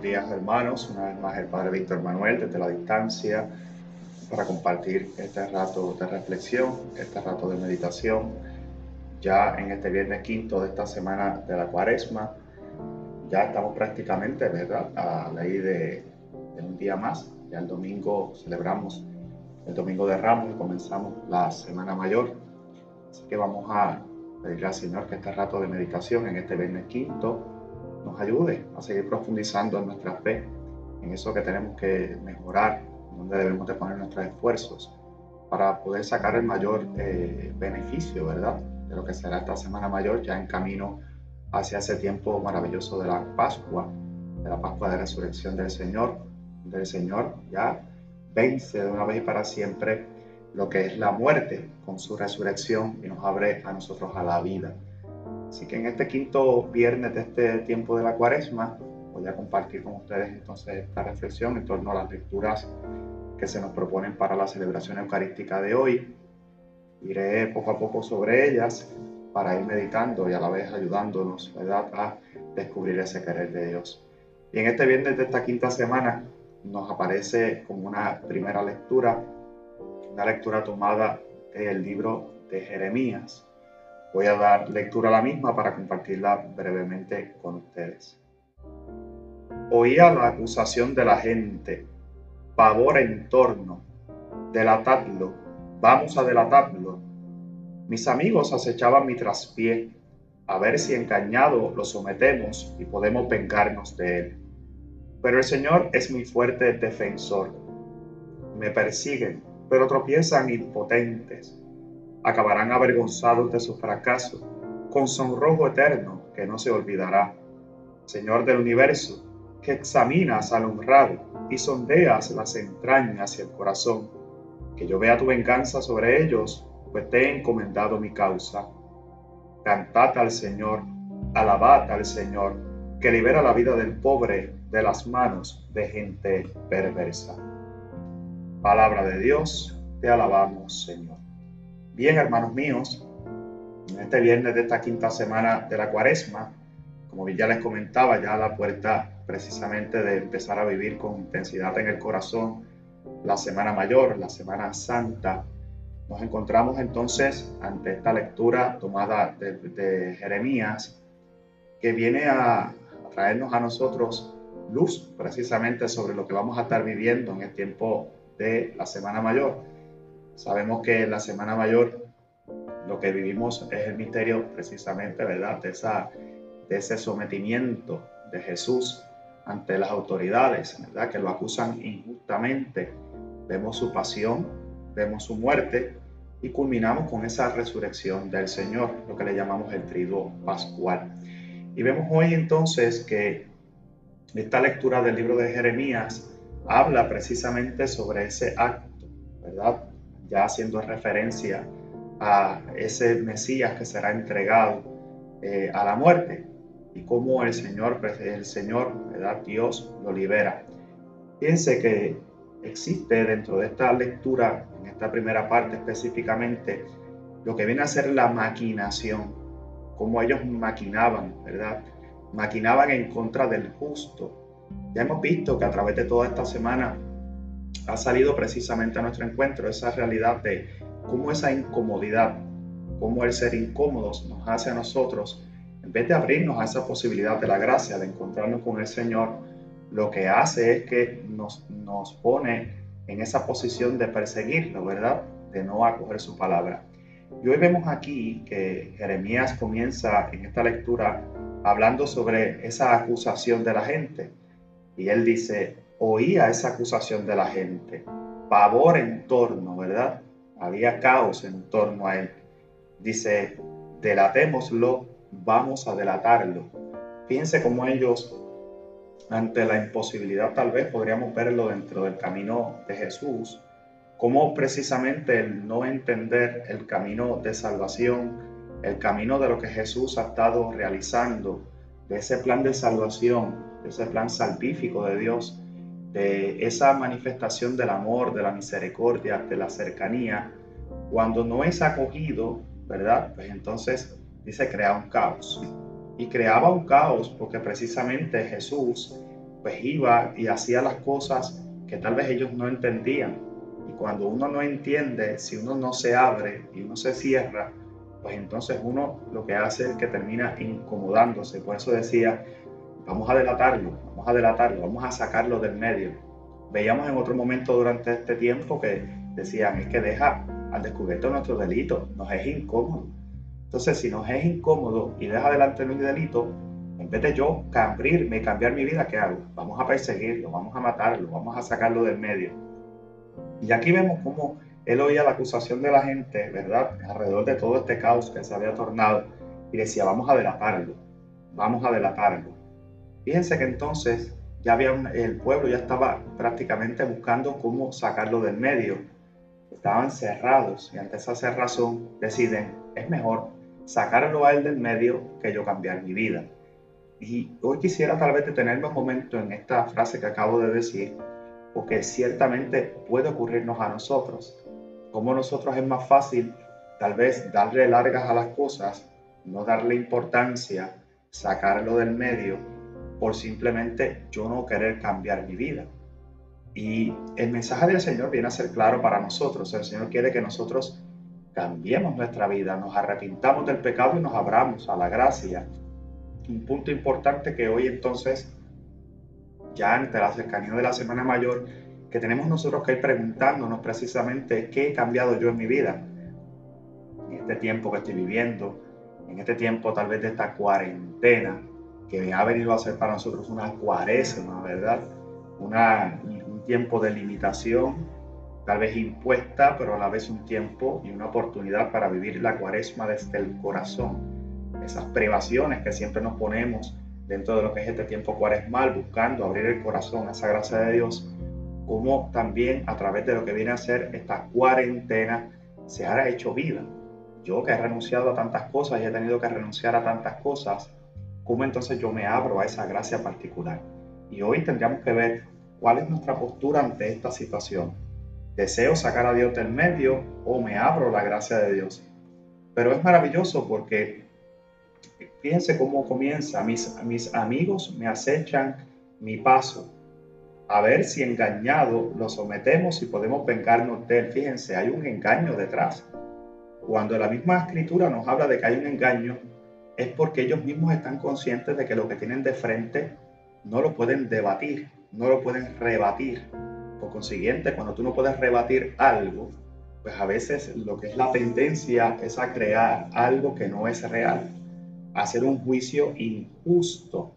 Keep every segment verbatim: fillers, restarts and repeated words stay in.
Buenos días, hermanos. Una vez más el Padre Víctor Manuel desde la distancia para compartir este rato de reflexión, este rato de meditación. Ya en este viernes quinto de esta semana de la Cuaresma, ya estamos prácticamente, ¿verdad?, a la ley de, de un día más. Ya el domingo celebramos el Domingo de Ramos y comenzamos la Semana Mayor. Así que vamos a pedirle al Señor que este rato de meditación en este viernes quinto nos ayude a seguir profundizando en nuestra fe, en eso que tenemos que mejorar, en donde debemos de poner nuestros esfuerzos para poder sacar el mayor eh, beneficio, ¿verdad?, de lo que será esta Semana Mayor, ya en camino hacia ese tiempo maravilloso de la Pascua, de la Pascua de Resurrección del Señor, del Señor ya vence de una vez y para siempre lo que es la muerte con su resurrección y nos abre a nosotros a la vida. Así que en este quinto viernes de este tiempo de la Cuaresma voy a compartir con ustedes entonces esta reflexión en torno a las lecturas que se nos proponen para la celebración eucarística de hoy. Iré poco a poco sobre ellas para ir meditando y a la vez ayudándonos, ¿verdad?, a descubrir ese querer de Dios. Y en este viernes de esta quinta semana nos aparece como una primera lectura, una lectura tomada del libro de Jeremías. Voy a dar lectura a la misma para compartirla brevemente con ustedes. Oía la acusación de la gente, pavor en torno, delatadlo, vamos a delatarlo. Mis amigos acechaban mi traspié, a ver si engañado lo sometemos y podemos vengarnos de él. Pero el Señor es mi fuerte defensor. Me persiguen, pero tropiezan impotentes. Acabarán avergonzados de su fracaso, con sonrojo eterno que no se olvidará. Señor del universo, que examinas al honrado y sondeas las entrañas y el corazón, que yo vea tu venganza sobre ellos, pues te he encomendado mi causa. Cantad al Señor, alabad al Señor, que libera la vida del pobre de las manos de gente perversa. Palabra de Dios, te alabamos, Señor. Bien, hermanos míos, en este viernes de esta quinta semana de la Cuaresma, como ya les comentaba, ya a la puerta precisamente de empezar a vivir con intensidad en el corazón la Semana Mayor, la Semana Santa, nos encontramos entonces ante esta lectura tomada de, de Jeremías, que viene a, a traernos a nosotros luz precisamente sobre lo que vamos a estar viviendo en el tiempo de la Semana Mayor. Sabemos que en la Semana Mayor lo que vivimos es el misterio precisamente, ¿verdad?, de, esa, de ese sometimiento de Jesús ante las autoridades, ¿verdad?, que lo acusan injustamente. Vemos su pasión, vemos su muerte y culminamos con esa resurrección del Señor, lo que le llamamos el triduo pascual. Y vemos hoy entonces que esta lectura del libro de Jeremías habla precisamente sobre ese acto, ¿verdad?, ya haciendo referencia a ese Mesías que será entregado eh, a la muerte y cómo el Señor, el Señor, ¿verdad?, Dios lo libera. Fíjense que existe dentro de esta lectura, en esta primera parte específicamente, lo que viene a ser la maquinación, cómo ellos maquinaban, ¿verdad? Maquinaban en contra del justo. Ya hemos visto que a través de toda esta semana ha salido precisamente a nuestro encuentro esa realidad de cómo esa incomodidad, cómo el ser incómodos nos hace a nosotros, en vez de abrirnos a esa posibilidad de la gracia, de encontrarnos con el Señor, lo que hace es que nos, nos pone en esa posición de perseguirlo, ¿verdad?, de no acoger su palabra. Y hoy vemos aquí que Jeremías comienza en esta lectura hablando sobre esa acusación de la gente. Y él dice, oía esa acusación de la gente, pavor en torno, ¿verdad? Había caos en torno a él. Dice, delatémoslo, vamos a delatarlo. Fíjense cómo ellos, ante la imposibilidad, tal vez podríamos verlo dentro del camino de Jesús, cómo precisamente el no entender el camino de salvación, el camino de lo que Jesús ha estado realizando, de ese plan de salvación, de ese plan salvífico de Dios, de esa manifestación del amor, de la misericordia, de la cercanía, cuando no es acogido, ¿verdad?, pues entonces dice crea un caos. Y creaba un caos porque precisamente Jesús pues iba y hacía las cosas que tal vez ellos no entendían. Y cuando uno no entiende, si uno no se abre y uno se cierra, pues entonces uno lo que hace es que termina incomodándose. Por eso decía, vamos a delatarlo, vamos a delatarlo, vamos a sacarlo del medio. Veíamos en otro momento durante este tiempo que decían, es que deja al descubierto nuestro delito, nos es incómodo. Entonces, si nos es incómodo y deja delante mi delito, en vez de yo abrirme y cambiar mi vida, ¿qué hago? Vamos a perseguirlo, vamos a matarlo, vamos a sacarlo del medio. Y aquí vemos cómo él oía la acusación de la gente, ¿verdad? Alrededor de todo este caos que se había tornado. Y decía, vamos a delatarlo, vamos a delatarlo. Fíjense que entonces ya había un, el pueblo ya estaba prácticamente buscando cómo sacarlo del medio. Estaban cerrados y ante esa cerrazón deciden, es mejor sacarlo a él del medio que yo cambiar mi vida. Y hoy quisiera tal vez detenerme un momento en esta frase que acabo de decir, porque ciertamente puede ocurrirnos a nosotros. Como nosotros es más fácil tal vez darle largas a las cosas, no darle importancia, sacarlo del medio, por simplemente yo no querer cambiar mi vida. Y el mensaje del Señor viene a ser claro para nosotros. El Señor quiere que nosotros cambiemos nuestra vida, nos arrepintamos del pecado y nos abramos a la gracia. Un punto importante que hoy entonces, ya ante la cercanía de la Semana Mayor, que tenemos nosotros que ir preguntándonos precisamente qué he cambiado yo en mi vida, en este tiempo que estoy viviendo, en este tiempo tal vez de esta cuarentena, que ha venido a ser para nosotros una cuaresma, ¿verdad? Una, un tiempo de limitación, tal vez impuesta, pero a la vez un tiempo y una oportunidad para vivir la cuaresma desde el corazón. Esas privaciones que siempre nos ponemos dentro de lo que es este tiempo cuaresmal, buscando abrir el corazón a esa gracia de Dios, como también a través de lo que viene a ser esta cuarentena se ha hecho vida. Yo que he renunciado a tantas cosas y he tenido que renunciar a tantas cosas, ¿cómo entonces yo me abro a esa gracia particular? Y hoy tendríamos que ver cuál es nuestra postura ante esta situación. ¿Deseo sacar a Dios del medio o me abro a la gracia de Dios? Pero es maravilloso porque fíjense cómo comienza. Mis, mis amigos me acechan mi paso, a ver si engañado lo sometemos y podemos vengarnos de él. Fíjense, hay un engaño detrás. Cuando la misma escritura nos habla de que hay un engaño, es porque ellos mismos están conscientes de que lo que tienen de frente no lo pueden debatir, no lo pueden rebatir. Por consiguiente, cuando tú no puedes rebatir algo, pues a veces lo que es la tendencia es a crear algo que no es real, a hacer un juicio injusto.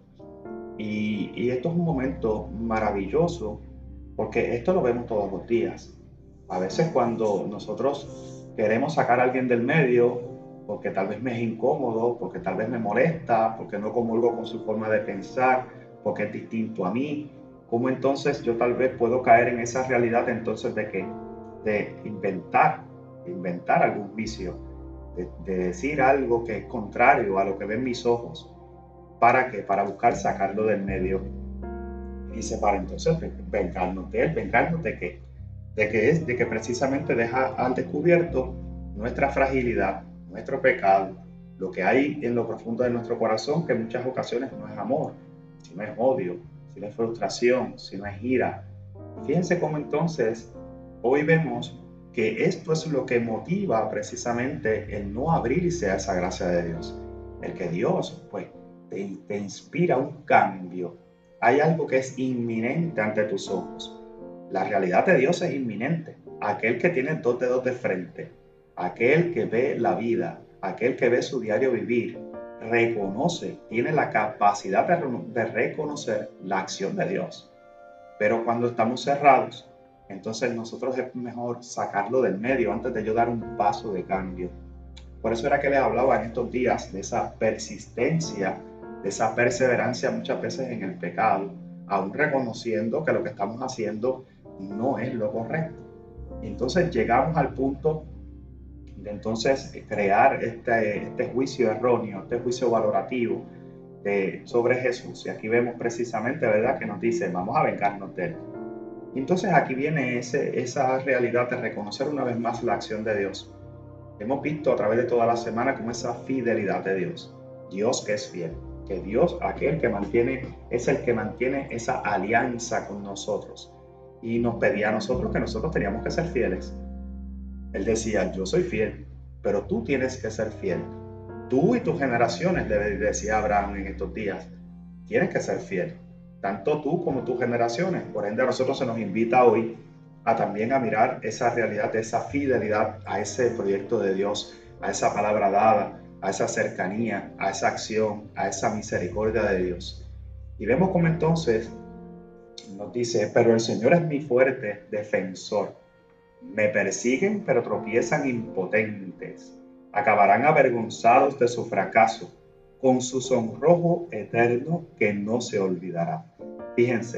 Y, y esto es un momento maravilloso, porque esto lo vemos todos los días. A veces cuando nosotros queremos sacar a alguien del medio, porque tal vez me es incómodo, porque tal vez me molesta, porque no comulgo con su forma de pensar, porque es distinto a mí, ¿cómo entonces yo tal vez puedo caer en esa realidad entonces de que de inventar, inventar algún vicio, de, de decir algo que es contrario a lo que ven mis ojos? ¿Para qué? Para buscar sacarlo del medio. Dice, para entonces vengarnos de él. ¿Vengarnos de qué? De que es, de que precisamente deja al descubierto nuestra fragilidad, nuestro pecado, lo que hay en lo profundo de nuestro corazón, que en muchas ocasiones no es amor, sino es odio, sino es frustración, sino es ira. Fíjense cómo entonces hoy vemos que esto es lo que motiva precisamente el no abrirse a esa gracia de Dios. El que Dios, pues, te, te inspira un cambio. Hay algo que es inminente ante tus ojos. La realidad de Dios es inminente. Aquel que tiene dos dedos de frente, aquel que ve la vida, aquel que ve su diario vivir, reconoce, tiene la capacidad de, de reconocer la acción de Dios. Pero cuando estamos cerrados, entonces nosotros es mejor sacarlo del medio antes de yo dar un paso de cambio. Por eso era que les hablaba en estos días de esa persistencia, de esa perseverancia muchas veces en el pecado, aún reconociendo que lo que estamos haciendo no es lo correcto. Entonces llegamos al punto de entonces crear este, este juicio erróneo, este juicio valorativo de, sobre Jesús. Y aquí vemos precisamente, ¿verdad?, que nos dice, vamos a vengarnos de él. Entonces aquí viene ese, esa realidad de reconocer una vez más la acción de Dios. Hemos visto a través de toda la semana como esa fidelidad de Dios. Dios que es fiel. que Dios, aquel que mantiene, es el que mantiene esa alianza con nosotros. Y nos pedía a nosotros que nosotros teníamos que ser fieles. Él decía, yo soy fiel, pero tú tienes que ser fiel. Tú y tus generaciones, le decía Abraham en estos días, tienes que ser fiel. Tanto tú como tus generaciones. Por ende, a nosotros se nos invita hoy a también a mirar esa realidad, de esa fidelidad a ese proyecto de Dios, a esa palabra dada, a esa cercanía, a esa acción, a esa misericordia de Dios. Y vemos como entonces nos dice, pero el Señor es mi fuerte defensor. Me persiguen, pero tropiezan impotentes. Acabarán avergonzados de su fracaso, con su sonrojo eterno que no se olvidará. Fíjense,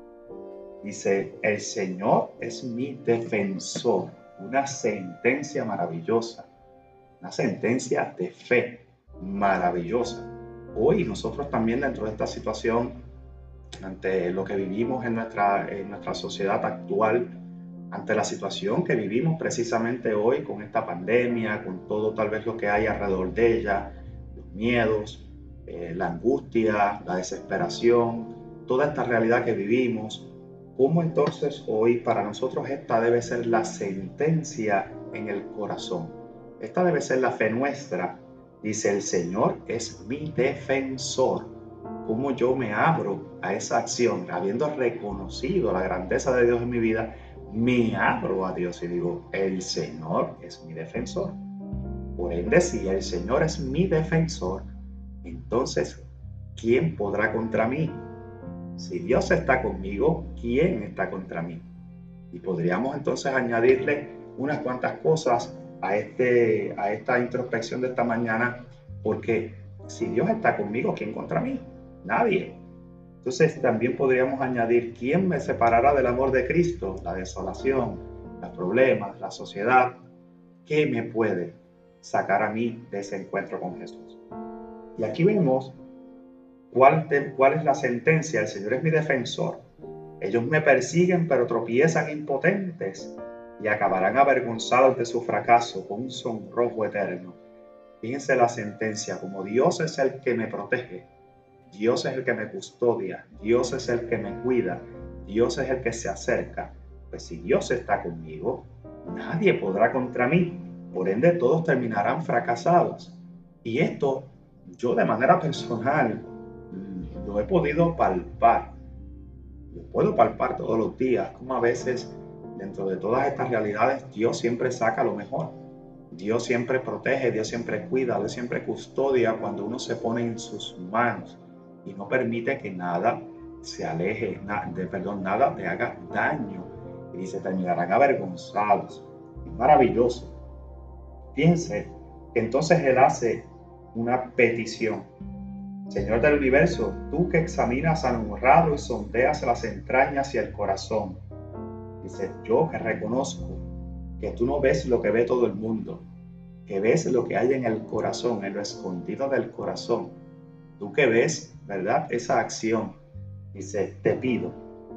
dice, el Señor es mi defensor. Una sentencia maravillosa, una sentencia de fe maravillosa. Hoy nosotros también dentro de esta situación, ante lo que vivimos en nuestra, en nuestra sociedad actual, ante la situación que vivimos precisamente hoy con esta pandemia, con todo tal vez lo que hay alrededor de ella, los miedos, eh, la angustia, la desesperación, toda esta realidad que vivimos, ¿cómo entonces hoy para nosotros esta debe ser la sentencia en el corazón? Esta debe ser la fe nuestra. Dice, el Señor es mi defensor. ¿Cómo yo me abro a esa acción? Habiendo reconocido la grandeza de Dios en mi vida, me abro a Dios y digo, el Señor es mi defensor. Por ende, si el Señor es mi defensor, entonces, ¿quién podrá contra mí? Si Dios está conmigo, ¿quién está contra mí? Y podríamos entonces añadirle unas cuantas cosas a, este, a esta introspección de esta mañana, porque si Dios está conmigo, ¿quién contra mí? Nadie. Entonces también podríamos añadir, ¿quién me separará del amor de Cristo? La desolación, los problemas, la sociedad. ¿Qué me puede sacar a mí de ese encuentro con Jesús? Y aquí vemos cuál, de, cuál es la sentencia. El Señor es mi defensor. Ellos me persiguen, pero tropiezan impotentes y acabarán avergonzados de su fracaso con un sonrojo eterno. Fíjense la sentencia, como Dios es el que me protege, Dios es el que me custodia, Dios es el que me cuida, Dios es el que se acerca. Pues si Dios está conmigo, nadie podrá contra mí. Por ende, todos terminarán fracasados. Y esto, yo de manera personal, lo he podido palpar. Lo puedo palpar todos los días, como a veces, dentro de todas estas realidades, Dios siempre saca lo mejor. Dios siempre protege, Dios siempre cuida, Dios siempre custodia cuando uno se pone en sus manos y no permite que nada se aleje, na, de, perdón, nada te haga daño. Y dice, terminarán avergonzados. Es maravilloso. Fíjense que entonces Él hace una petición. Señor del universo, tú que examinas al honrado y sondeas las entrañas y el corazón. Dice, yo que reconozco que tú no ves lo que ve todo el mundo, que ves lo que hay en el corazón, en lo escondido del corazón. Tú que ves, ¿verdad?, esa acción. Dice, te pido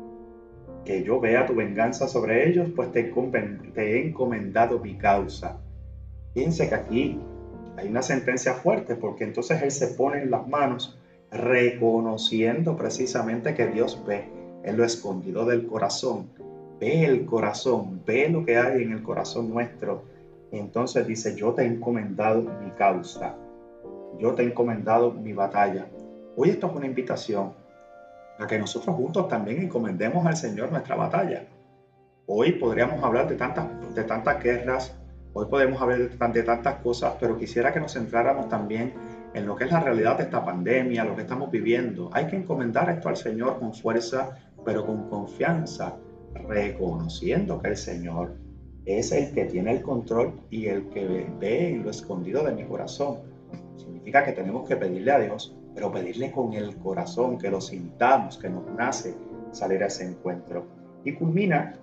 que yo vea tu venganza sobre ellos, pues te, te he encomendado mi causa. Fíjense que aquí hay una sentencia fuerte, porque entonces él se pone en las manos reconociendo precisamente que Dios ve en lo escondido del corazón, ve el corazón, ve lo que hay en el corazón nuestro. Y entonces dice, yo te he encomendado mi causa, yo te he encomendado mi batalla. Hoy esto es una invitación a que nosotros juntos también encomendemos al Señor nuestra batalla. Hoy podríamos hablar de tantas, de tantas guerras, hoy podemos hablar de, de tantas cosas, pero quisiera que nos centráramos también en lo que es la realidad de esta pandemia, lo que estamos viviendo. Hay que encomendar esto al Señor con fuerza, pero con confianza, reconociendo que el Señor es el que tiene el control y el que ve, ve en lo escondido de mi corazón. Significa que tenemos que pedirle a Dios, pero pedirle con el corazón, que lo sintamos, que nos nace salir a ese encuentro. Y culmina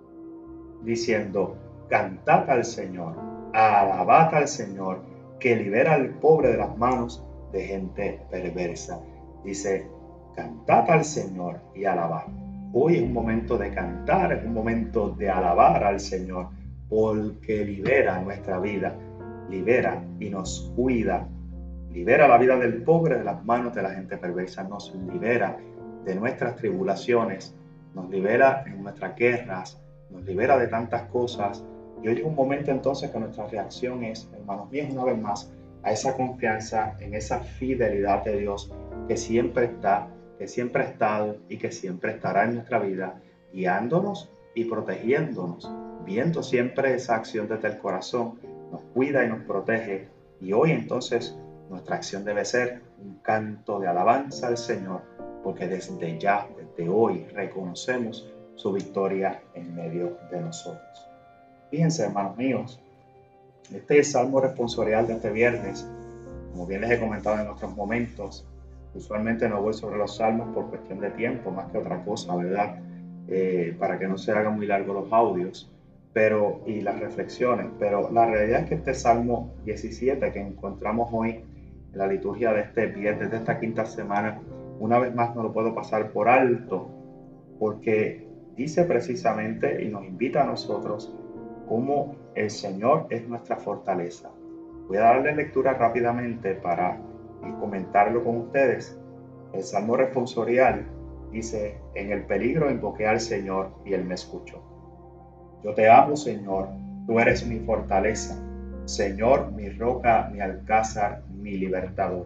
diciendo, cantad al Señor, alabad al Señor, que libera al pobre de las manos de gente perversa. Dice, cantad al Señor y alabad. Hoy es un momento de cantar, es un momento de alabar al Señor, porque libera nuestra vida, libera y nos cuida, Libera la vida del pobre de las manos de la gente perversa. Nos libera de nuestras tribulaciones. Nos libera en nuestras guerras. Nos libera de tantas cosas. Y hoy es un momento entonces que nuestra reacción es, hermanos míos, una vez más, a esa confianza, en esa fidelidad de Dios que siempre está, que siempre ha estado y que siempre estará en nuestra vida, guiándonos y protegiéndonos, viendo siempre esa acción desde el corazón, nos cuida y nos protege. Y hoy entonces nuestra acción debe ser un canto de alabanza al Señor, porque desde ya, desde hoy, reconocemos su victoria en medio de nosotros. Fíjense, hermanos míos, este salmo responsorial de este viernes, como bien les he comentado en otros momentos, usualmente no voy sobre los salmos por cuestión de tiempo, más que otra cosa, ¿verdad? Eh, para que no se hagan muy largos los audios pero, y las reflexiones, pero la realidad es que este Salmo diecisiete que encontramos hoy en la liturgia de este viernes, de esta quinta semana, una vez más no lo puedo pasar por alto, porque dice precisamente y nos invita a nosotros cómo el Señor es nuestra fortaleza. Voy a darle lectura rápidamente para comentarlo con ustedes. El Salmo responsorial dice: en el peligro invoqué al Señor y Él me escuchó. Yo te amo, Señor, tú eres mi fortaleza, Señor, mi roca, mi alcázar, mi libertador.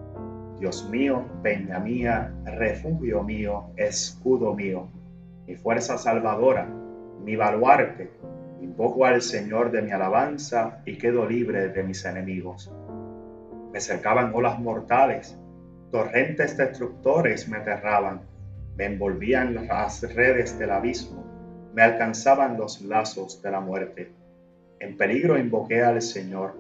Dios mío, peña mía, refugio mío, escudo mío, mi fuerza salvadora, mi baluarte. Invoco al Señor de mi alabanza y quedo libre de mis enemigos. Me cercaban olas mortales, torrentes destructores me aterraban, me envolvían las redes del abismo, me alcanzaban los lazos de la muerte. En peligro invoqué al Señor,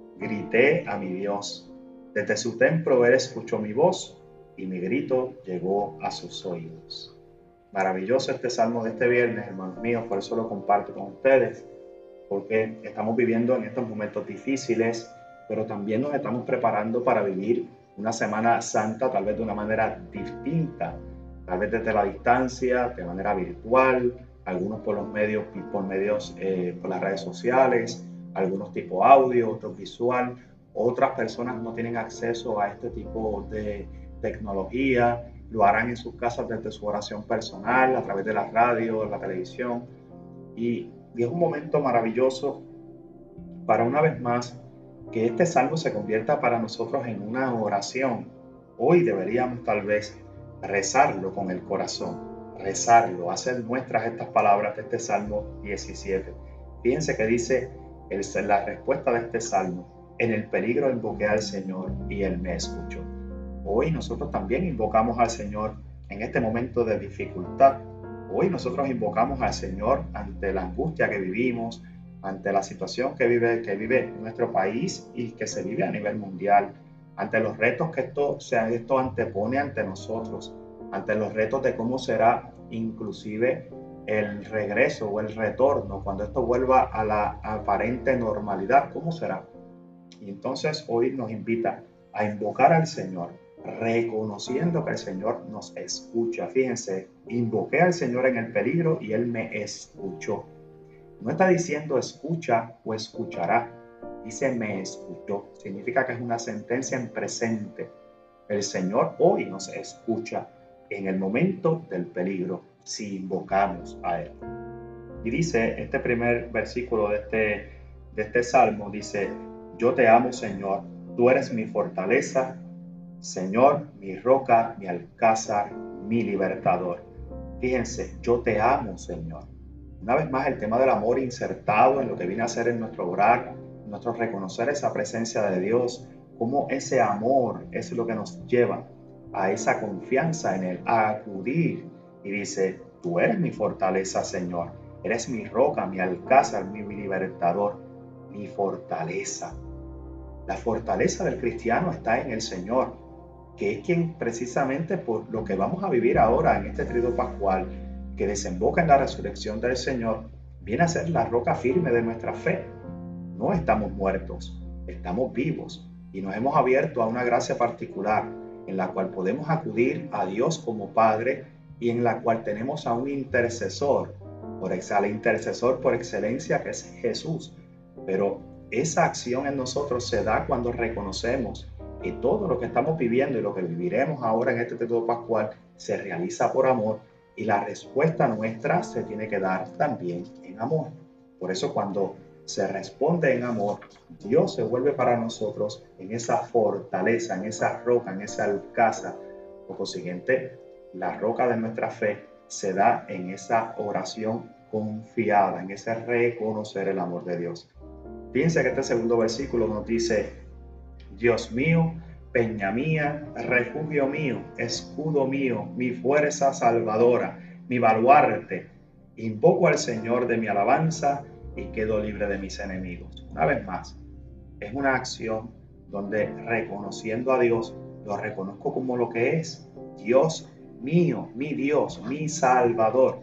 grité a mi Dios. Desde su templo Él escuchó mi voz y mi grito llegó a sus oídos. Maravilloso este salmo de este viernes, hermanos míos, por eso lo comparto con ustedes, porque estamos viviendo en estos momentos difíciles, pero también nos estamos preparando para vivir una Semana Santa tal vez de una manera distinta, tal vez desde la distancia, de manera virtual, algunos por los medios, por medios, eh, por las redes sociales, algunos tipo audio, otros visual. Otras personas no tienen acceso a este tipo de tecnología, lo harán en sus casas desde su oración personal, a través de la radio, la televisión. Y, y es un momento maravilloso para una vez más que este salmo se convierta para nosotros en una oración. Hoy deberíamos tal vez rezarlo con el corazón, rezarlo, hacer nuestras estas palabras de este Salmo diecisiete. Fíjense que dice el, la respuesta de este Salmo: en el peligro invoqué al Señor y Él me escuchó. Hoy nosotros también invocamos al Señor en este momento de dificultad. Hoy nosotros invocamos al Señor ante la angustia que vivimos, ante la situación que vive, que vive nuestro país y que se vive a nivel mundial, ante los retos que esto, sea, esto antepone ante nosotros, ante los retos de cómo será inclusive el regreso o el retorno, cuando esto vuelva a la aparente normalidad, ¿cómo será? Y entonces hoy nos invita a invocar al Señor, reconociendo que el Señor nos escucha. Fíjense, invoqué al Señor en el peligro y Él me escuchó. No está diciendo escucha o escuchará, dice me escuchó. Significa que es una sentencia en presente. El Señor hoy nos escucha en el momento del peligro, si invocamos a Él. Y dice este primer versículo de este, de este salmo, dice: yo te amo, Señor, tú eres mi fortaleza, Señor, mi roca, mi alcázar, mi libertador. Fíjense, yo te amo, Señor. Una vez más, el tema del amor insertado en lo que viene a ser en nuestro orar, nuestro reconocer esa presencia de Dios, cómo ese amor es lo que nos lleva a esa confianza en Él, a acudir. Y dice: tú eres mi fortaleza, Señor, eres mi roca, mi alcázar, mi libertador, mi fortaleza. La fortaleza del cristiano está en el Señor, que es quien precisamente por lo que vamos a vivir ahora en este tríodo pascual, que desemboca en la resurrección del Señor, viene a ser la roca firme de nuestra fe. No estamos muertos, estamos vivos y nos hemos abierto a una gracia particular en la cual podemos acudir a Dios como Padre y en la cual tenemos a un intercesor, por el intercesor por excelencia, que es Jesús. Pero esa acción en nosotros se da cuando reconocemos Y todo lo que estamos viviendo y lo que viviremos ahora en este tiempo pascual se realiza por amor, y la respuesta nuestra se tiene que dar también en amor. Por eso cuando se responde en amor, Dios se vuelve para nosotros en esa fortaleza, en esa roca, en esa alcázar. Por consiguiente, la roca de nuestra fe se da en esa oración confiada, en ese reconocer el amor de Dios. Piensa que este segundo versículo nos dice: Dios mío, peña mía, refugio mío, escudo mío, mi fuerza salvadora, mi baluarte. Invoco al Señor de mi alabanza y quedo libre de mis enemigos. Una vez más, es una acción donde, reconociendo a Dios, lo reconozco como lo que es: Dios mío, mi Dios, mi Salvador,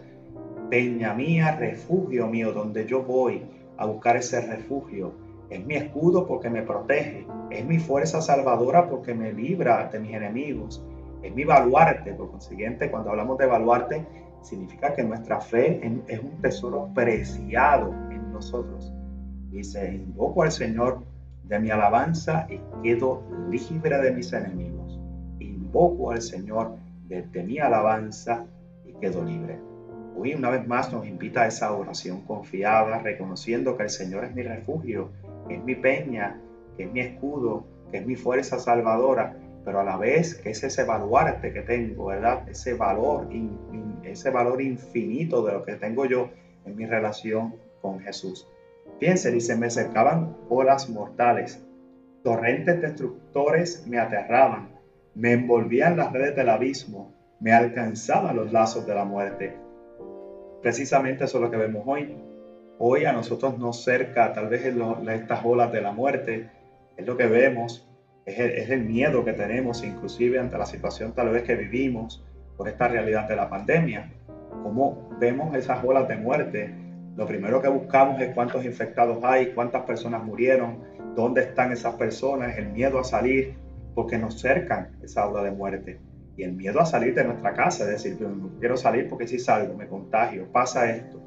peña mía, refugio mío, donde yo voy a buscar ese refugio. Es mi escudo porque me protege, es mi fuerza salvadora porque me libra de mis enemigos, es mi baluarte. Por consiguiente, cuando hablamos de baluarte, significa que nuestra fe es un tesoro preciado en nosotros. Dice: invoco al Señor de mi alabanza y quedo libre de mis enemigos. Invoco al Señor de mi alabanza y quedo libre. Hoy una vez más nos invita a esa oración confiada, reconociendo que el Señor es mi refugio, que es mi peña, que es mi escudo, que es mi fuerza salvadora, pero a la vez que es ese baluarte que tengo, ¿verdad? Ese valor, ese valor infinito de lo que tengo yo en mi relación con Jesús. Piense, dice: me cercaban olas mortales, torrentes destructores me aterraban, me envolvían las redes del abismo, me alcanzaban los lazos de la muerte. Precisamente eso es lo que vemos hoy. Hoy a nosotros nos cerca tal vez estas olas de la muerte. Es lo que vemos, es el, es el miedo que tenemos inclusive ante la situación tal vez que vivimos por esta realidad de la pandemia. Como vemos esas olas de muerte, lo primero que buscamos es cuántos infectados hay, cuántas personas murieron, dónde están esas personas, el miedo a salir, porque nos cercan esa ola de muerte. Y el miedo a salir de nuestra casa, es decir, no quiero salir porque si salgo me contagio, pasa esto.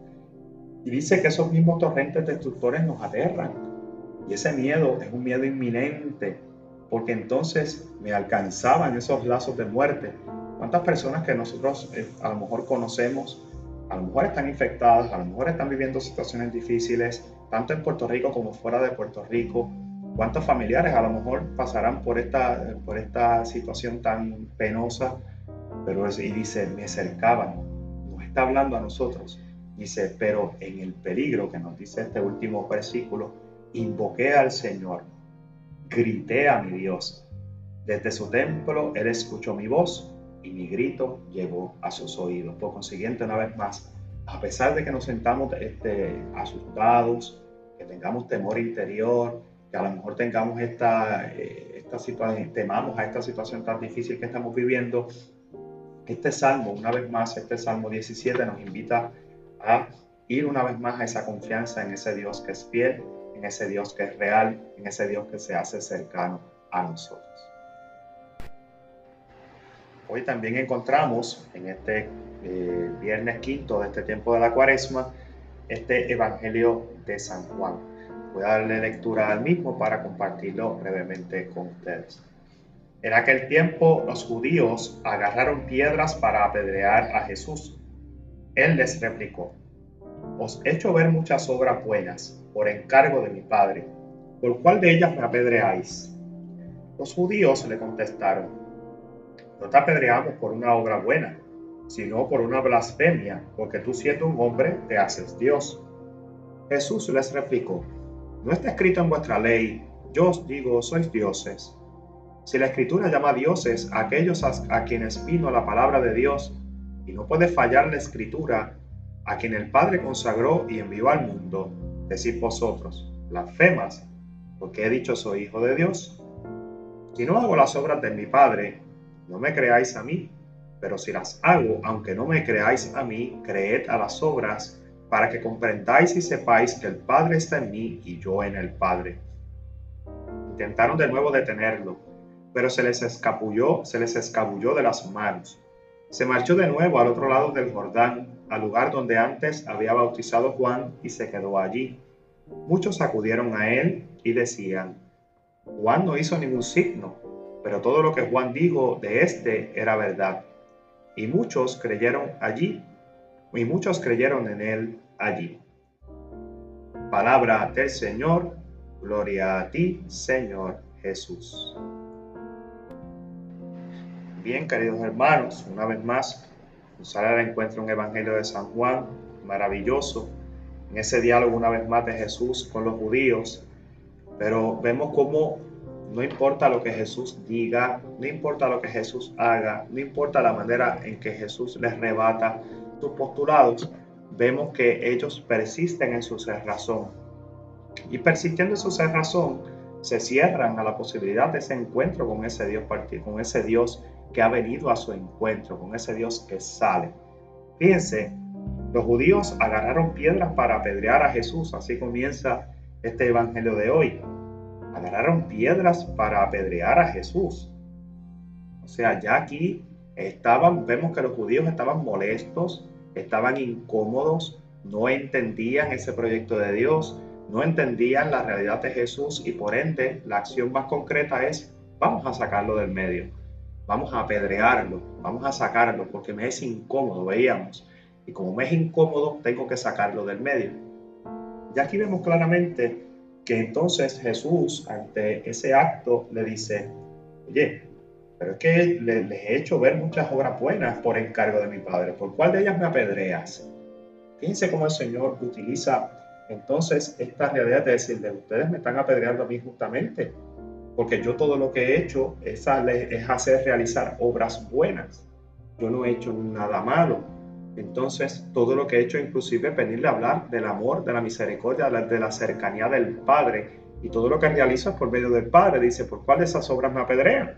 Y dice que esos mismos torrentes destructores nos aterran. Y ese miedo es un miedo inminente, porque entonces me alcanzaban esos lazos de muerte. ¿Cuántas personas que nosotros eh, a lo mejor conocemos, a lo mejor están infectadas, a lo mejor están viviendo situaciones difíciles, tanto en Puerto Rico como fuera de Puerto Rico? ¿Cuántos familiares a lo mejor pasarán por esta, por esta situación tan penosa? Pero y dice: me cercaban. Nos está hablando a nosotros. Dice: pero en el peligro que nos dice este último versículo, invoqué al Señor, grité a mi Dios. Desde su templo Él escuchó mi voz y mi grito llegó a sus oídos. Por consiguiente, una vez más, a pesar de que nos sentamos este, asustados, que tengamos temor interior, que a lo mejor tengamos esta, eh, esta situación, temamos a esta situación tan difícil que estamos viviendo, este salmo, una vez más, este salmo diecisiete nos invita a ir una vez más a esa confianza en ese Dios que es fiel, en ese Dios que es real, en ese Dios que se hace cercano a nosotros. Hoy también encontramos en este eh, viernes quinto de este tiempo de la Cuaresma este Evangelio de San Juan. Voy a darle lectura al mismo para compartirlo brevemente con ustedes. En aquel tiempo los judíos agarraron piedras para apedrear a Jesús. Él les replicó: os he hecho ver muchas obras buenas por encargo de mi Padre. ¿Por cuál de ellas me apedreáis? Los judíos le contestaron: no te apedreamos por una obra buena, sino por una blasfemia, porque tú, siendo un hombre, te haces Dios. Jesús les replicó: no está escrito en vuestra ley, yo os digo, sois dioses. Si la Escritura llama dioses a aquellos a, a quienes vino la palabra de Dios, y no puede fallar la Escritura, a quien el Padre consagró y envió al mundo, decid vosotros, blasfemas, porque he dicho soy hijo de Dios. Si no hago las obras de mi Padre, no me creáis a mí, pero si las hago, aunque no me creáis a mí, creed a las obras, para que comprendáis y sepáis que el Padre está en mí y yo en el Padre. Intentaron de nuevo detenerlo, pero se les escabulló, se les escabulló de las manos. Se marchó de nuevo al otro lado del Jordán, al lugar donde antes había bautizado Juan, y se quedó allí. Muchos acudieron a él y decían: Juan no hizo ningún signo, pero todo lo que Juan dijo de éste era verdad. Y muchos creyeron allí, y muchos creyeron en él allí. Palabra del Señor, gloria a ti, Señor Jesús. Bien, queridos hermanos, una vez más nos sale al encuentro un evangelio de San Juan maravilloso, en ese diálogo una vez más de Jesús con los judíos, pero vemos cómo no importa lo que Jesús diga, no importa lo que Jesús haga, no importa la manera en que Jesús les rebata sus postulados, vemos que ellos persisten en su cerrazón. Y persistiendo en su cerrazón, se cierran a la posibilidad de ese encuentro con ese Dios partido, con ese Dios que ha venido a su encuentro, con ese Dios que sale. Fíjense, los judíos agarraron piedras para apedrear a Jesús, así comienza este evangelio de hoy. Agarraron piedras para apedrear a Jesús. O sea, ya aquí estaban, vemos que los judíos estaban molestos, estaban incómodos, no entendían ese proyecto de Dios, no entendían la realidad de Jesús y por ende la acción más concreta es: vamos a sacarlo del medio, vamos a apedrearlo, vamos a sacarlo porque me es incómodo, veíamos. Y como me es incómodo, tengo que sacarlo del medio. Y aquí vemos claramente que entonces Jesús, ante ese acto, le dice: oye, pero es que les, les he hecho ver muchas obras buenas por encargo de mi Padre. ¿Por cuál de ellas me apedreas? Fíjense cómo el Señor utiliza entonces esta realidad de decirle: ustedes me están apedreando a mí justamente, porque yo todo lo que he hecho es, es hacer realizar obras buenas. Yo no he hecho nada malo. Entonces, todo lo que he hecho, inclusive venirle a hablar del amor, de la misericordia, de la cercanía del Padre, y todo lo que realizo es por medio del Padre. Dice: ¿por cuál de esas obras me apedrean?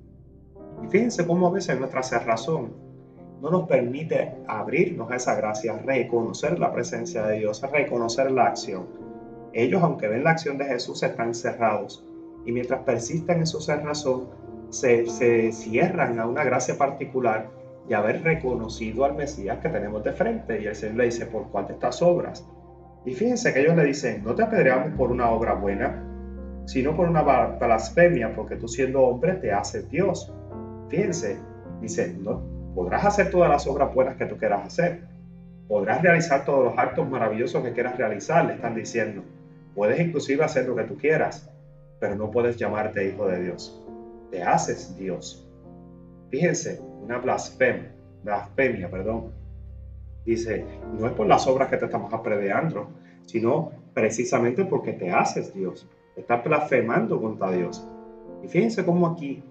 Y fíjense cómo a veces nuestra cerrazón no nos permite abrirnos a esa gracia, reconocer la presencia de Dios, reconocer la acción. Ellos, aunque ven la acción de Jesús, están cerrados, y mientras persisten en su cerrazón, se, se cierran a una gracia particular y haber reconocido al Mesías que tenemos de frente. Y el Señor le dice: ¿por cuál de estas obras? Y fíjense que ellos le dicen: no te apedreamos por una obra buena, sino por una blasfemia, porque tú siendo hombre te haces Dios. Fíjense, dice: no, podrás hacer todas las obras buenas que tú quieras hacer, podrás realizar todos los actos maravillosos que quieras realizar, le están diciendo, puedes inclusive hacer lo que tú quieras, pero no puedes llamarte hijo de Dios, te haces Dios. Fíjense, una blasfemia, blasfemia, perdón. Dice: no es por las obras que te estamos apedreando, sino precisamente porque te haces Dios. Estás blasfemando contra Dios. Y fíjense cómo aquí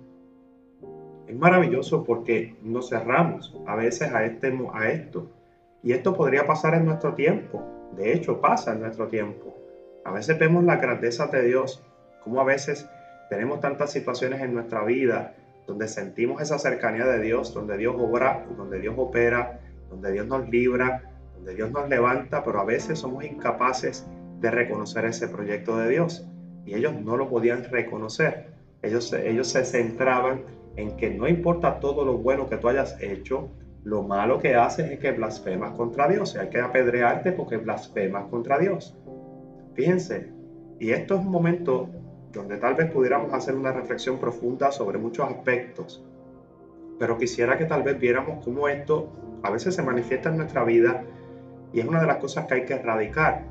es maravilloso, porque nos cerramos a veces a, este, a esto. Y esto podría pasar en nuestro tiempo. De hecho, pasa en nuestro tiempo. A veces vemos las grandezas de Dios, como a veces tenemos tantas situaciones en nuestra vida donde sentimos esa cercanía de Dios, donde Dios obra, donde Dios opera, donde Dios nos libra, donde Dios nos levanta, pero a veces somos incapaces de reconocer ese proyecto de Dios. Y ellos no lo podían reconocer. Ellos, ellos se centraban en que no importa todo lo bueno que tú hayas hecho, lo malo que haces es que blasfemas contra Dios. Y hay que apedrearte porque blasfemas contra Dios. Fíjense, y esto es un momento donde tal vez pudiéramos hacer una reflexión profunda sobre muchos aspectos, pero quisiera que tal vez viéramos cómo esto a veces se manifiesta en nuestra vida, y es una de las cosas que hay que erradicar,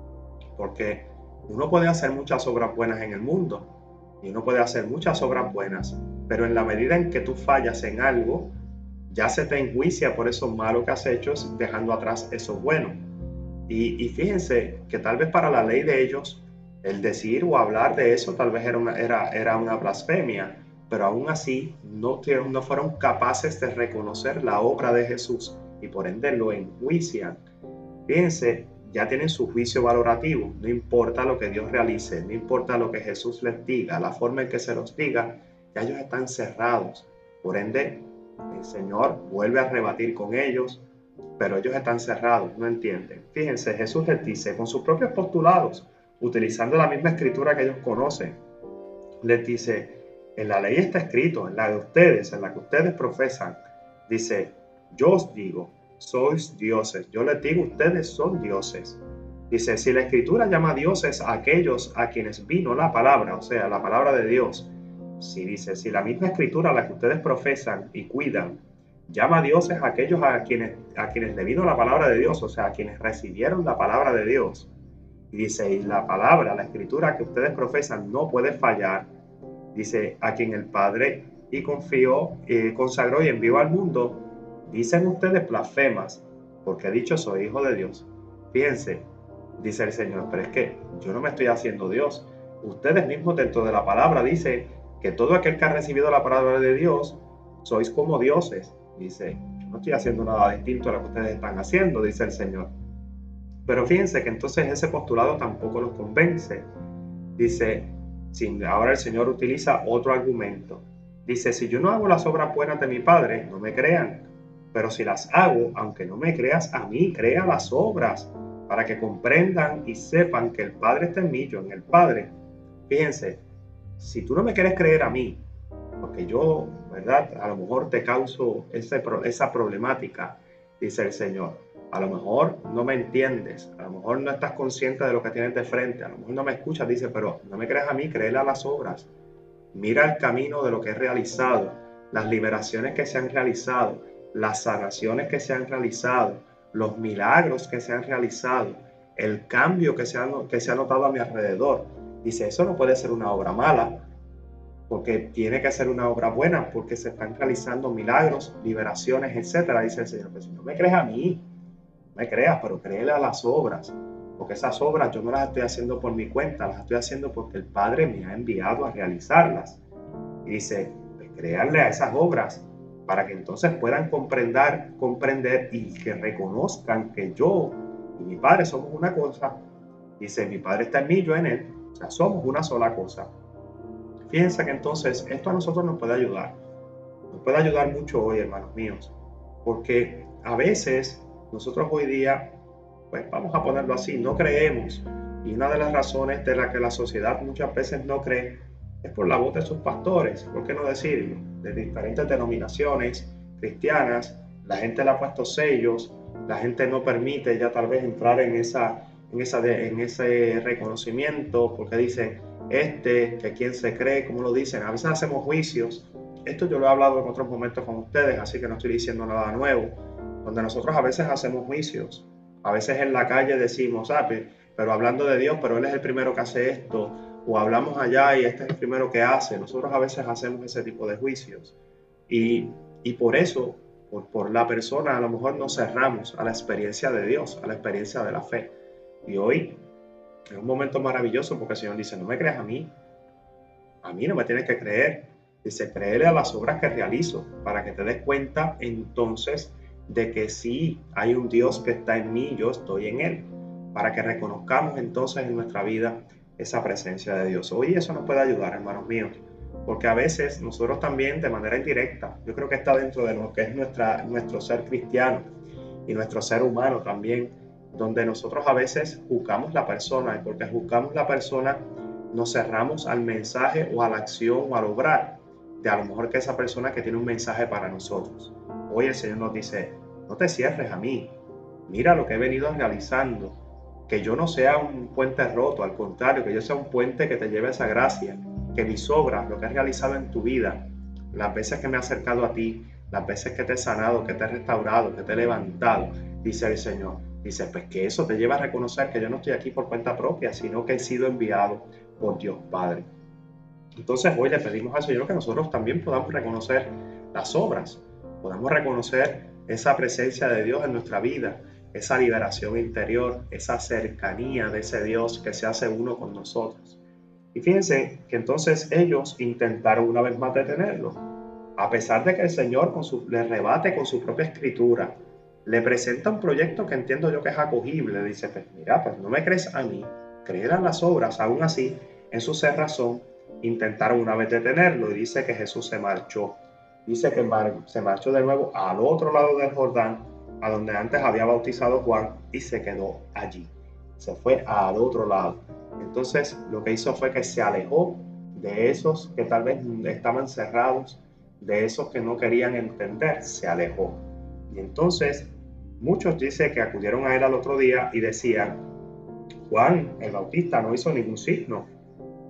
porque uno puede hacer muchas obras buenas en el mundo, y uno puede hacer muchas obras buenas, pero en la medida en que tú fallas en algo, ya se te enjuicia por eso malo que has hecho, dejando atrás eso bueno. Y, y fíjense que tal vez para la ley de ellos, el decir o hablar de eso tal vez era una, era, era una blasfemia, pero aún así no, no fueron capaces de reconocer la obra de Jesús y por ende lo enjuician. Fíjense, ya tienen su juicio valorativo, no importa lo que Dios realice, no importa lo que Jesús les diga, la forma en que se los diga, ya ellos están cerrados. Por ende, el Señor vuelve a rebatir con ellos, pero ellos están cerrados, no entienden. Fíjense, Jesús les dice con sus propios postulados, utilizando la misma escritura que ellos conocen, les dice: en la ley está escrito, en la de ustedes, en la que ustedes profesan, dice: yo os digo, sois dioses. Yo les digo, ustedes son dioses. Dice: si la escritura llama dioses a aquellos a quienes vino la palabra, o sea, la palabra de Dios, Si dice, si la misma escritura a la que ustedes profesan y cuidan, llama a dioses a aquellos a quienes, a quienes le vino la palabra de Dios, o sea, a quienes recibieron la palabra de Dios. Y dice, y la palabra, la escritura que ustedes profesan no puede fallar. Dice, a quien el Padre y confió, eh, consagró y envió al mundo, dicen ustedes blasfemas, porque he dicho soy hijo de Dios. Fíjense, dice el Señor, pero es que yo no me estoy haciendo Dios. Ustedes mismos dentro de la palabra dice que todo aquel que ha recibido la palabra de Dios, sois como dioses. Dice, yo no estoy haciendo nada distinto a lo que ustedes están haciendo, dice el Señor. Pero fíjense que entonces ese postulado tampoco los convence. Dice, sin, ahora el Señor utiliza otro argumento. Dice, si yo no hago las obras buenas de mi Padre, no me crean. Pero si las hago, aunque no me creas a mí, crea las obras, para que comprendan y sepan que el Padre está en mí, yo en el Padre. Fíjense, si tú no me quieres creer a mí, porque yo, ¿verdad? A lo mejor te causo ese, esa problemática, dice el Señor. A lo mejor no me entiendes, a lo mejor no estás consciente de lo que tienes de frente, a lo mejor no me escuchas, dice, pero no me creas a mí, créele a las obras. Mira el camino de lo que he realizado, las liberaciones que se han realizado, las sanaciones que se han realizado, los milagros que se han realizado, el cambio que se ha, que se ha notado a mi alrededor. Dice, eso no puede ser una obra mala, porque tiene que ser una obra buena, porque se están realizando milagros, liberaciones, etcétera. Dice el Señor, pues si no me crees a mí, no me creas, pero créele a las obras, porque esas obras yo no las estoy haciendo por mi cuenta, las estoy haciendo porque el Padre me ha enviado a realizarlas. Y dice, pues créanle a esas obras, para que entonces puedan comprender, comprender y que reconozcan que yo y mi Padre somos una cosa. Dice, mi Padre está en mí, yo en él, o sea, somos una sola cosa. Fíjense que entonces esto a nosotros nos puede ayudar, nos puede ayudar mucho hoy, hermanos míos, porque a veces nosotros hoy día, pues vamos a ponerlo así, no creemos, y una de las razones de la que la sociedad muchas veces no cree es por la voz de sus pastores, ¿por qué no decirlo? De diferentes denominaciones cristianas, la gente le ha puesto sellos, la gente no permite ya tal vez entrar en, esa, en, esa de, en ese reconocimiento, porque dicen, este, que quién se cree, como lo dicen, a veces hacemos juicios. Esto yo lo he hablado en otros momentos con ustedes, así que no estoy diciendo nada nuevo, donde nosotros a veces hacemos juicios, a veces en la calle decimos, ah, pero hablando de Dios, pero Él es el primero que hace esto, o hablamos allá y este es el primero que hace. Nosotros a veces hacemos ese tipo de juicios y, y por eso, por, por la persona, a lo mejor nos cerramos a la experiencia de Dios, a la experiencia de la fe. Y hoy es un momento maravilloso porque el Señor dice, no me creas a mí, a mí no me tienes que creer. Dice, créele a las obras que realizo para que te des cuenta entonces de que sí hay un Dios que está en mí, yo estoy en Él, para que reconozcamos entonces en nuestra vida esa presencia de Dios. Hoy eso nos puede ayudar, hermanos míos, porque a veces nosotros también de manera indirecta, yo creo que está dentro de lo que es nuestra, nuestro ser cristiano y nuestro ser humano también, donde nosotros a veces juzgamos la persona, y porque juzgamos la persona nos cerramos al mensaje o a la acción o al obrar de a lo mejor que esa persona que tiene un mensaje para nosotros. Hoy el Señor nos dice, no te cierres a mí, mira lo que he venido realizando, que yo no sea un puente roto, al contrario, que yo sea un puente que te lleve a esa gracia, que mis obras, lo que he realizado en tu vida, las veces que me he acercado a ti, las veces que te he sanado, que te he restaurado, que te he levantado, dice el Señor, dice, pues que eso te lleva a reconocer que yo no estoy aquí por cuenta propia, sino que he sido enviado por Dios Padre. Entonces hoy le pedimos al Señor que nosotros también podamos reconocer las obras, podamos reconocer esa presencia de Dios en nuestra vida, esa liberación interior, esa cercanía de ese Dios que se hace uno con nosotros. Y fíjense que entonces ellos intentaron una vez más detenerlo, a pesar de que el Señor con su, le rebate con su propia escritura, le presenta un proyecto que entiendo yo que es acogible. Dice, pues mira, pues no me crees a mí, creer en las obras. Aún así, en su cerrazón, intentaron una vez detenerlo y dice que Jesús se marchó. Dice que se marchó de nuevo al otro lado del Jordán, a donde antes había bautizado Juan, y se quedó allí. Se fue al otro lado. Entonces lo que hizo fue que se alejó de esos que tal vez estaban cerrados, de esos que no querían entender, se alejó. Y entonces muchos dicen que acudieron a él al otro día y decían, Juan el Bautista no hizo ningún signo,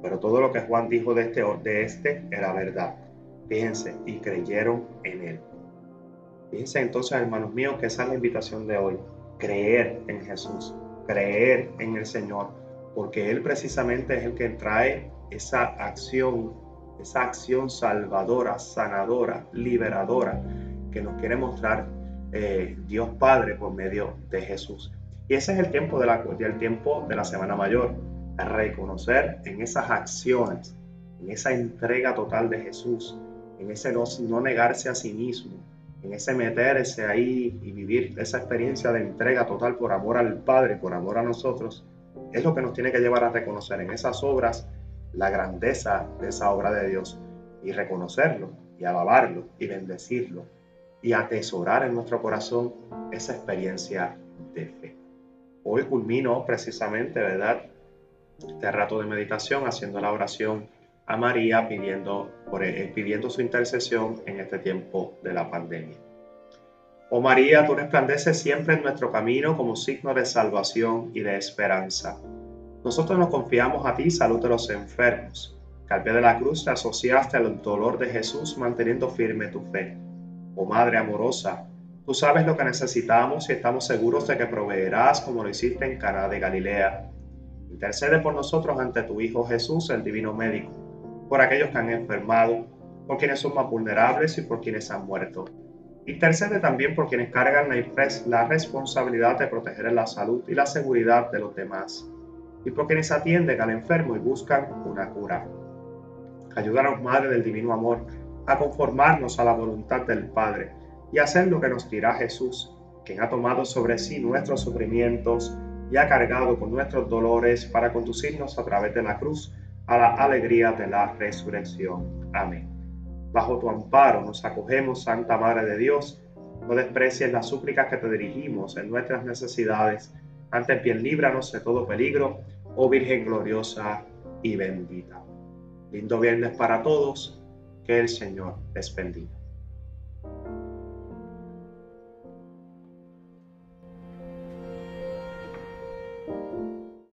pero todo lo que Juan dijo de este, de este era verdad. Fíjense, y creyeron en él. Fíjense entonces, hermanos míos, que esa es la invitación de hoy. Creer en Jesús, creer en el Señor, porque Él precisamente es el que trae esa acción, esa acción salvadora, sanadora, liberadora, que nos quiere mostrar eh, Dios Padre por medio de Jesús. Y ese es el tiempo de la, el tiempo de la Semana Mayor, reconocer en esas acciones, en esa entrega total de Jesús, en ese no, no negarse a sí mismo, en ese meterse ahí y vivir esa experiencia de entrega total por amor al Padre, por amor a nosotros, es lo que nos tiene que llevar a reconocer en esas obras la grandeza de esa obra de Dios y reconocerlo y alabarlo y bendecirlo y atesorar en nuestro corazón esa experiencia de fe. Hoy culmino precisamente, ¿verdad?, este rato de meditación haciendo la oración a María pidiendo, por, eh, pidiendo su intercesión en este tiempo de la pandemia. Oh María, tú resplandeces siempre en nuestro camino como signo de salvación y de esperanza. Nosotros nos confiamos a ti, salud de los enfermos, que al pie de la cruz te asociaste al dolor de Jesús manteniendo firme tu fe. Oh Madre amorosa, tú sabes lo que necesitamos y estamos seguros de que proveerás como lo hiciste en Caná de Galilea. Intercede por nosotros ante tu Hijo Jesús, el Divino Médico, por aquellos que han enfermado, por quienes son más vulnerables y por quienes han muerto. Intercede también por quienes cargan la responsabilidad de proteger la salud y la seguridad de los demás, y por quienes atienden al enfermo y buscan una cura. Ayúdanos, Madre del Divino Amor, a conformarnos a la voluntad del Padre y a hacer lo que nos dirá Jesús, quien ha tomado sobre sí nuestros sufrimientos y ha cargado con nuestros dolores para conducirnos a través de la cruz a la alegría de la resurrección. Amén. Bajo tu amparo nos acogemos, Santa Madre de Dios. No desprecies las súplicas que te dirigimos en nuestras necesidades. Antes bien, líbranos de todo peligro, oh Virgen gloriosa y bendita. Lindo viernes para todos. Que el Señor les bendiga.